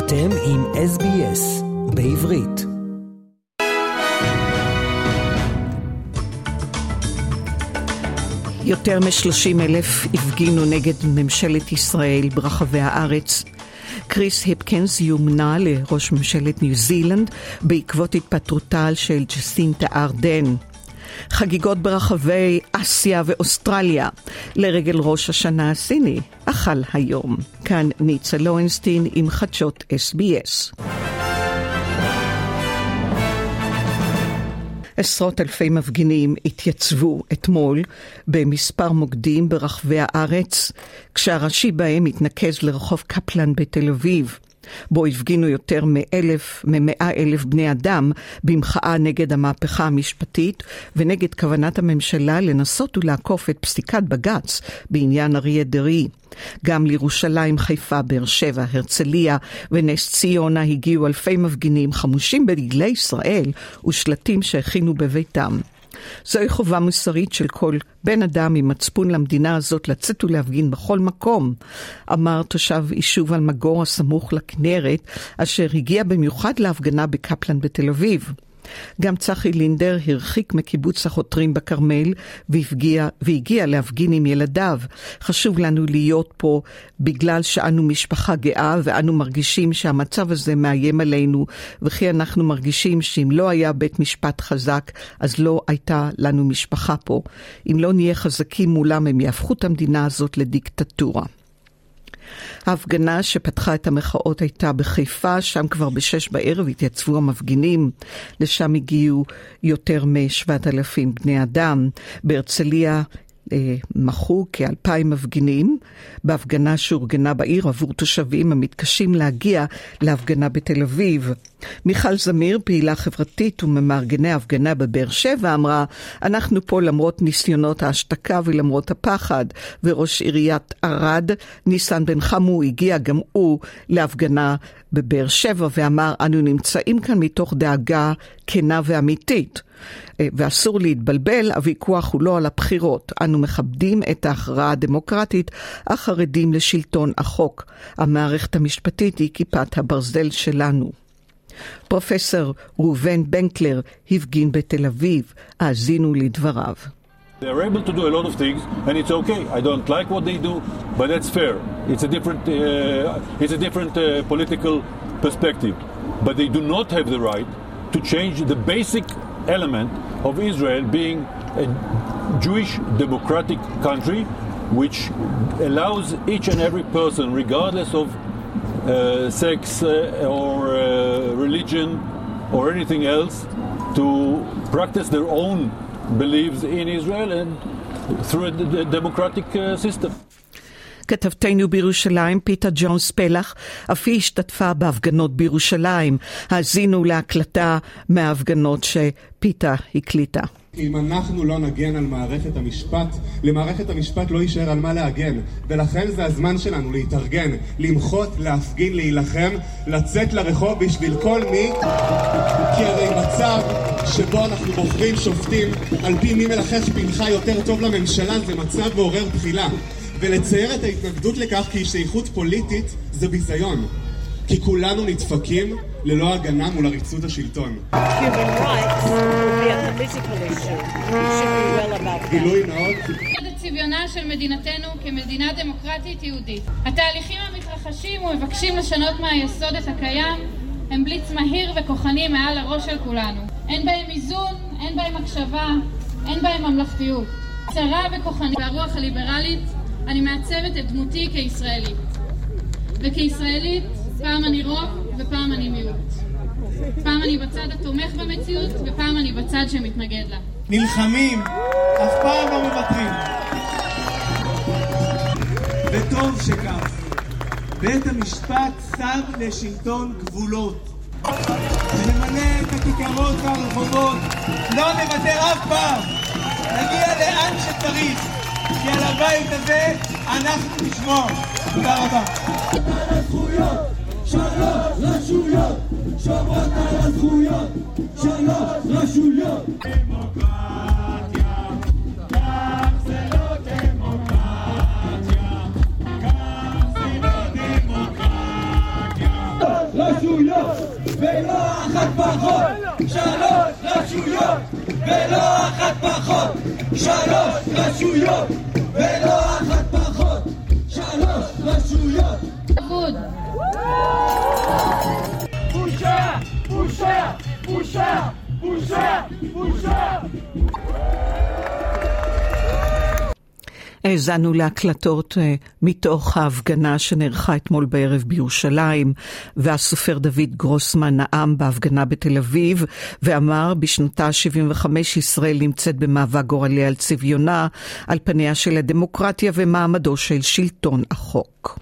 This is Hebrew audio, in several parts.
אתם עם SBS בעברית. יותר מ-30,000 הפגינו נגד ממשלת ישראל ברחבי הארץ. קריס היפקינס יומנה לראש ממשלת ניו זילנד בעקבות התפטרותה של ג'סינדה ארדן. חגיגות ברחבי אסיה ואוסטרליה לרגל ראש השנה הסיני החל היום. כאן ניצה לוינסטין עם חדשות SBS. עשרות אלפי מפגינים התייצבו אתמול במספר מוקדים ברחבי הארץ, כשהראשי בהם התנקז לרחוב קפלן בתל אביב, בו הפגינו יותר מ-100,000 בני אדם במחאה נגד המהפכה המשפטית ונגד כוונת הממשלה לנסות ולעקוף את פסיקת בג"ץ בעניין אריה דרעי. גם לירושלים, חיפה, באר שבע, הרצליה ונס ציונה הגיעו אלפי מפגינים חמושים בדגלי ישראל ושלטים שהכינו בביתם. זוהי חובה מוסרית של כל בן אדם עם מצפון למדינה הזאת לצאת ולהפגין בכל מקום, אמר תושב יישוב אלמגור הסמוך לכנרת, אשר הגיע במיוחד להפגנה בקפלן בתל אביב. גם צחי לינדר הרחיק מקיבוץ החותרים בכרמל והגיע להפגין עם ילדיו. חשוב לנו להיות פה בגלל שאנו משפחה גאה ואנו מרגישים שהמצב הזה מאיים עלינו, וכי אנחנו מרגישים שאם לא היה בית משפט חזק אז לא הייתה לנו משפחה פה. אם לא נהיה חזקים מולם הם יהפכו את המדינה הזאת לדיקטטורה. ההפגנה שפתחה את המחאות הייתה בחיפה, שם כבר ב-18:00 התייצבו המפגינים. לשם הגיעו יותר מ-7,000 בני אדם. בהרצליה מחו כ2,000 מפגינים בהפגנה שאורגנה בעיר עבור תושבים המתקשים להגיע להפגנה בתל אביב. מיכל זמיר, פעילה חברתית וממארגני ההפגנה בבאר שבע, אמרה, אנחנו פה למרות ניסיונות ההשתקה ולמרות הפחד. וראש עיריית ערד, ניסן בן חמו, הגיע גם הוא להפגנה בבאר שבע ואמר, אנו נמצאים כאן מתוך דאגה כנה ואמיתית. ואסור להתבלבל, הוויכוח הוא לא על הבחירות. אנו מכבדים את ההכרעה הדמוקרטית, אך חרדים לשלטון החוק. המערכת המשפטית היא כיפת הברזל שלנו. פרופסור ראובן בנקלר הפגין בתל אביב. האזינו לדבריו. They are able to do a lot of things, and it's okay. I don't like what they do, but that's fair. It's a different political perspective. But they do not have the right to change the basic element of Israel being a Jewish democratic country which allows each and every person, regardless of sex or religion or anything else, to practice their own beliefs in Israel and through a democratic system. כתבתנו בירושלים, פיטה ג'ונס פלח, אף היא השתתפה בהפגנות בירושלים. האזינו להקלטה מההפגנות שפיטה הקליטה. אם אנחנו לא נגן על מערכת המשפט, למערכת המשפט לא יישאר על מה להגן. ולכן זה הזמן שלנו להתארגן, למחות, להפגין, להילחם, לצאת לרחוב בשביל כל מי. כי הרי מצב שבו אנחנו בוחרים שופטים על פי מי מלחך פנחה יותר טוב לממשלה, זה מצב מעורר בחילה. ולצייר את ההתנגדות לכך כשייכות פוליטית זה ביזיון. כי כולנו נדפקים ללא הגנה מול עריצות השלטון. גילוי נאות. את צביונה של מדינתנו כמדינה דמוקרטית יהודית. התהליכים המתרחשים ומבקשים לשנות מהיסוד את הקיים הם בליץ מהיר וכוחני מעל הראש של כולנו. אין בהם איזון, אין בהם הקשבה, אין בהם ממלכתיות. צרה וכוחנית והרוח הליברלית אני מעצבת את דמותי כישראלית. וכישראלית פעם אני רוב ופעם אני מיעוט. פעם אני בצד התומך במציאות ופעם אני בצד שמתנגד לה. נלחמים, אף פעם לא מוותרים. וטוב שכך. בית המשפט שם לשלטון גבולות. ונמלא את הכיכרות והרחובות. לא נוותר אף פעם. נגיע לאן שצריך. כי על הבית הזה אנחנו נשמור. תודה רבה. שלוש רשויות, שומרות על הזכויות, שלוש רשויות. דמוקרטיה, כך זה לא דמוקרטיה, כך זה לא דמוקרטיה. רשויות ולא אחת פחות, 3 רשויות ולא אחת פחות, 3 רשויות ולא אחת פחות, 3 רשויות. אבוד. בושה, בושה, בושה, בושה, בושה. האזנו להקלטות מתוך ההפגנה שנערכה אתמול בערב בירושלים, והסופר דוד גרוסמן נאם בהפגנה בתל אביב, ואמר בשנתה 75 ישראל נמצאת במאבק גורלי על צביונה, על פניה של הדמוקרטיה ומעמדו של שלטון החוק.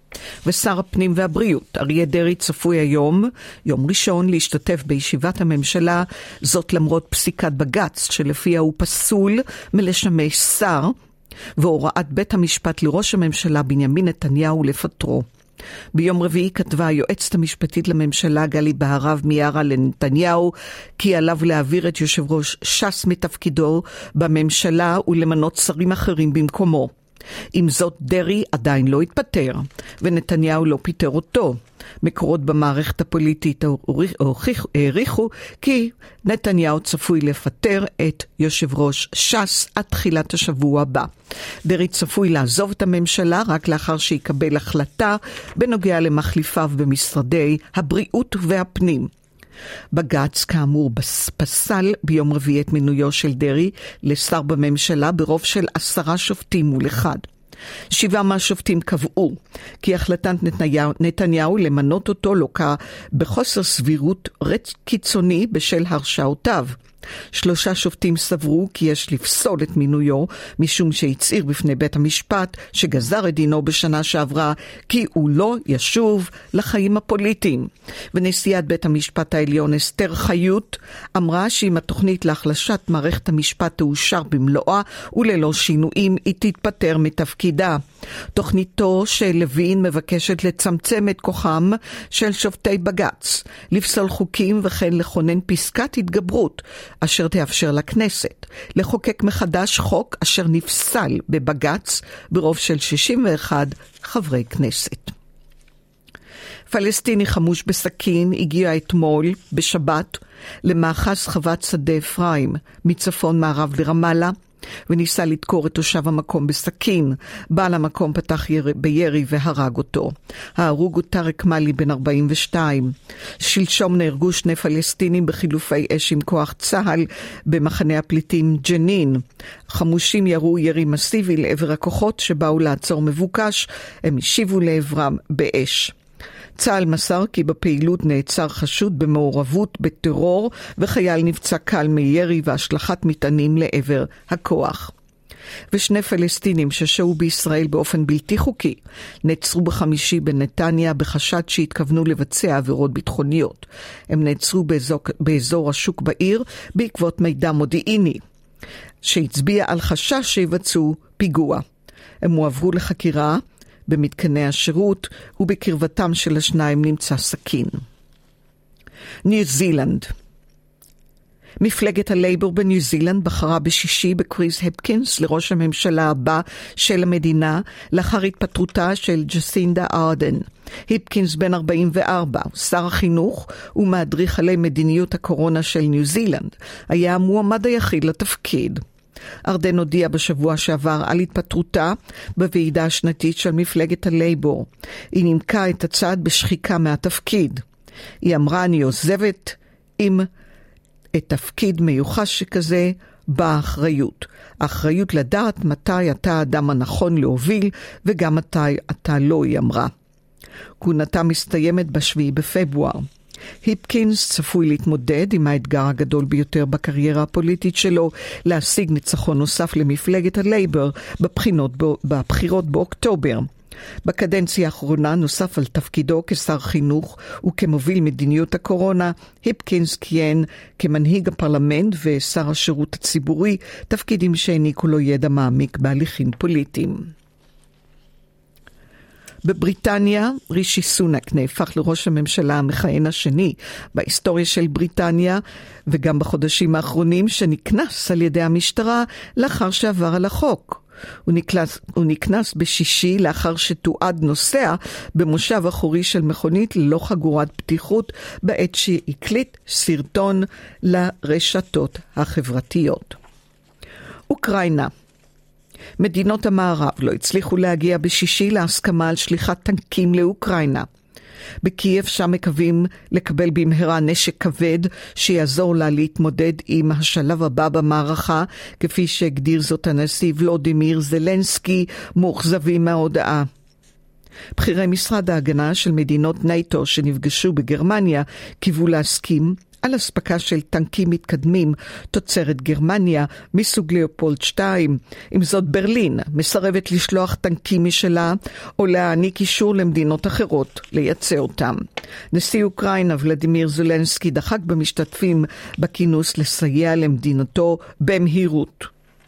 ושר הפנים והבריאות אריה דרעי צפוי היום, יום ראשון, להשתתף בישיבת הממשלה, זאת למרות פסיקת בג"ץ שלפיה הוא פסול מלשמש שר, והוראת בית המשפט לראש הממשלה בנימין נתניהו לפטרו. ביום רביעי כתבה היועצת המשפטית לממשלה גלי בהרב מיארה לנתניהו כי עליו להעביר את יושב ראש ש"ס מתפקידו בממשלה ולמנות שרים אחרים במקומו. עם זאת דרעי עדיין לא התפטר, ונתניהו לא פיטר אותו. מקורות במערכת הפוליטית העריכו כי נתניהו צפוי לפטר את יושב ראש ש"ס עד תחילת השבוע הבא. דרעי צפוי לעזוב את הממשלה רק לאחר שיקבל החלטה בנוגע למחליפיו במשרדי הבריאות והפנים. בג"ץ כאמור פסל ביום רביעי את מינויו של דרעי לשר בממשלה ברוב של 10 שופטים מול 1. 7 מהשופטים קבעו כי החלטת נתניהו למנות אותו לוקה בחוסר סבירות קיצוני בשל הרשעותיו. 3 שופטים סברו כי יש לפסול את מינויו משום שהצהיר בפני בית המשפט שגזר את דינו בשנה שעברה כי הוא לא ישוב לחיים הפוליטיים. ונשיאת בית המשפט העליון אסתר חיות אמרה שאם התוכנית להחלשת מערכת המשפט תאושר במלואה וללא שינויים היא תתפטר מתפקידה. תוכניתו של לוין מבקשת לצמצם את כוחם של שופטי בג"ץ, לפסול חוקים וכן לכונן פסקת התגברות אשר תאפשר לכנסת לחוקק מחדש חוק אשר נפסל בבג"ץ ברוב של 61 חברי כנסת. פלסטיני חמוש בסכין הגיע אתמול בשבת למאחז חוות שדה אפרים מצפון מערב לרמאללה, וניסה לדקור את תושב המקום בסכין. בעל המקום פתח בירי והרג אותו. ההרוג הוא טארק מאלי בן 42. שלשום נהרגו 2 פלסטינים בחילופי אש עם כוח צהל במחנה הפליטים ג'נין. חמושים ירו ירי מסיבי לעבר הכוחות שבאו לעצור מבוקש, הם השיבו לעברם באש. צה"ל מסר כי בפעילות נעצר חשוד במעורבות בטרור וחייל נפצע קל מירי והשלכת מטענים לעבר הכוח. ו2 פלסטינים ששהו בישראל באופן בלתי חוקי נעצרו בחמישי בנתניה בחשד שהתכוונו לבצע עבירות ביטחוניות. הם נעצרו באזור השוק בעיר בעקבות מידע מודיעיני שהצביע על חשש שיבצעו פיגוע. הם הועברו לחקירה במתקני השירות, ובקרבתם של 2 נמצא סכין. ניו זילנד. מפלגת הלייבור בניו זילנד בחרה בשישי בקריס הפקינס לראש הממשלה הבא של המדינה לאחר התפטרותה של ג'סינדה ארדן. הפקינס בן 44, שר החינוך ומאדריך עלי מדיניות הקורונה של ניו זילנד, היה המועמד היחיד לתפקיד. ארדן הודיע בשבוע שעבר על התפטרותה בוועידה השנתית של מפלגת הלייבור. היא נימקה את הצעד בשחיקה מהתפקיד. היא אמרה, אני עוזבת עם תפקיד מיוחס שכזה באחריות. האחריות לדעת מתי אתה האדם הנכון להוביל וגם מתי אתה לא, היא אמרה. כהונתה מסתיימת ב7 בפברואר. היפקינס צפוי להתמודד עם האתגר הגדול ביותר בקריירה הפוליטית שלו, להשיג ניצחון נוסף למפלגת הלייבר בבחירות באוקטובר. בקדנציה האחרונה נוסף על תפקידו כשר חינוך וכמוביל מדיניות הקורונה, היפקינס כיהן כמנהיג הפרלמנט ושר השירות הציבורי, תפקידים שהעניקו לו ידע מעמיק בהליכים פוליטיים. בבריטניה, רישי סונאק נהפך לראש הממשלה המכהן השני בהיסטוריה של בריטניה, וגם בחודשים האחרונים שנכנס על ידי המשטרה לאחר שעבר על החוק. הוא נקנס בשישי לאחר שתועד נוסע במושב אחורי של מכונית ללא חגורת בטיחות בעת שהקליט סרטון לרשתות החברתיות. אוקראינה. מדינות המערב לא הצליחו להגיע בשישי להסכמה על שליחת טנקים לאוקראינה. בקייב שם מקווים לקבל במהרה נשק כבד שיעזור לה להתמודד עם השלב הבא במערכה, כפי שהגדיר זאת הנשיא ולודימיר זלנסקי, מאוכזבים מההודעה. בכירי משרד ההגנה של מדינות נאט"ו שנפגשו בגרמניה קיוו להסכים על הספקה של טנקים מתקדמים תוצרת גרמניה מסוג ליאופולד 2. עם זאת ברלין מסרבת לשלוח טנקים משלה או להעניק אישור למדינות אחרות לייצא אותם. נשיא אוקראינה ולדימיר זלנסקי דחק במשתתפים בכינוס לסייע למדינתו במהירות.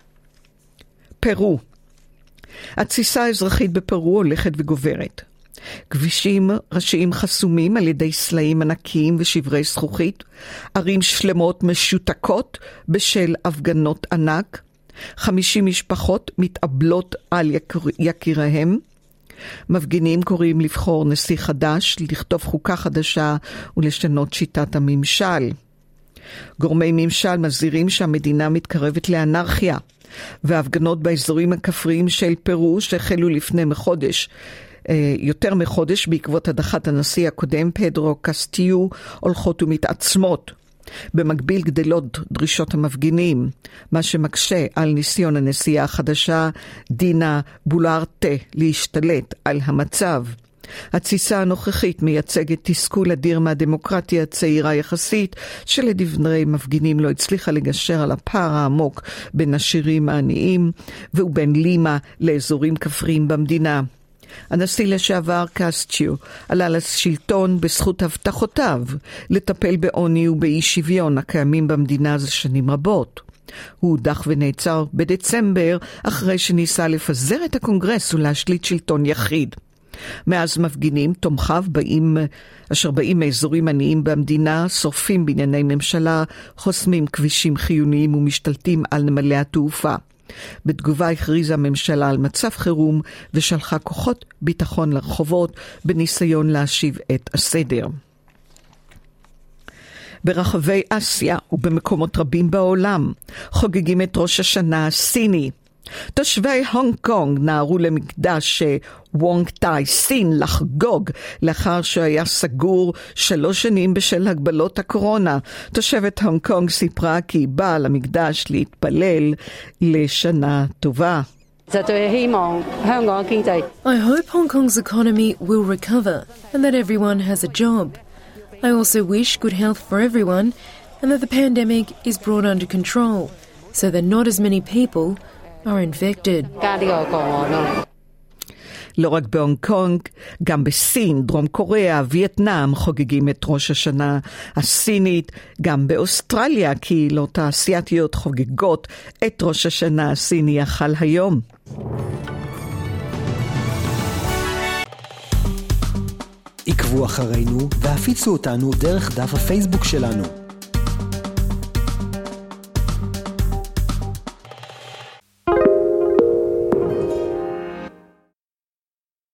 פרו. התסיסה האזרחית בפרו הולכת וגוברת. כבישים ראשיים חסומים על ידי סלעים ענקיים ושברי זכוכית, ערים שלמות משותקות בשל הפגנות ענק, 50 משפחות מתאבלות על יקיריהם, מפגינים קוראים לבחור נשיא חדש, לכתוב חוקה חדשה ולשנות שיטת הממשל. גורמי ממשל מזהירים שהמדינה מתקרבת לאנרכיה, וההפגנות באזורים הכפריים של פרו שהחלו לפני יותר מחודש בעקבות הדחת הנשיא הקודם פדרו קסטיו הולכות ומתעצמות. במקביל גדלות דרישות המפגינים, מה שמקשה על ניסיון הנשיאה החדשה דינה בולארטה להשתלט על המצב. התסיסה הנוכחית מייצגת תסכול אדיר מהדמוקרטיה הצעירה יחסית, שלדברי מפגינים לא הצליחה לגשר על הפער העמוק בין עשירים העניים ובין לימה לאזורים כפריים במדינה. הנשיא לשעבר קסטיו עלה לשלטון בזכות הבטחותיו לטפל בעוני ובאי שוויון הקיימים במדינה זה שנים רבות. הוא הודח ונעצר בדצמבר אחרי שניסה לפזר את הקונגרס ולהשליט שלטון יחיד. מאז מפגינים תומכיו אשר באים מאזורים עניים במדינה, שורפים בנייני ממשלה, חוסמים כבישים חיוניים ומשתלטים על נמלי התעופה. בתגובה הכריזה הממשלה על מצב חירום ושלחה כוחות ביטחון לרחובות בניסיון להשיב את הסדר. ברחבי אסיה ובמקומות רבים בעולם חוגגים את ראש השנה הסיני. תושבי הונג קונג נערו למקדש וונג טאי סין לחגוג לאחר שהיה סגור 3 שנים בשל הגבלות הקורונה. תושבת הונג קונג סיפרה כי היא באה למקדש להתפלל לשנה טובה. I hope Hong Kong's economy will recover and that everyone has a job. I also wish good health for everyone and that the pandemic is brought under control so that not as many people are infected. לא רק בהונג קונג, גם בסין, דרום קוריאה, וייטנאם חוגגים את ראש השנה הסינית. גם באוסטרליה קהילות האסייתיות חוגגות את ראש השנה הסיני החל היום. עקבו אחרינו והפיצו אותנו דרך דף הפייסבוק שלנו.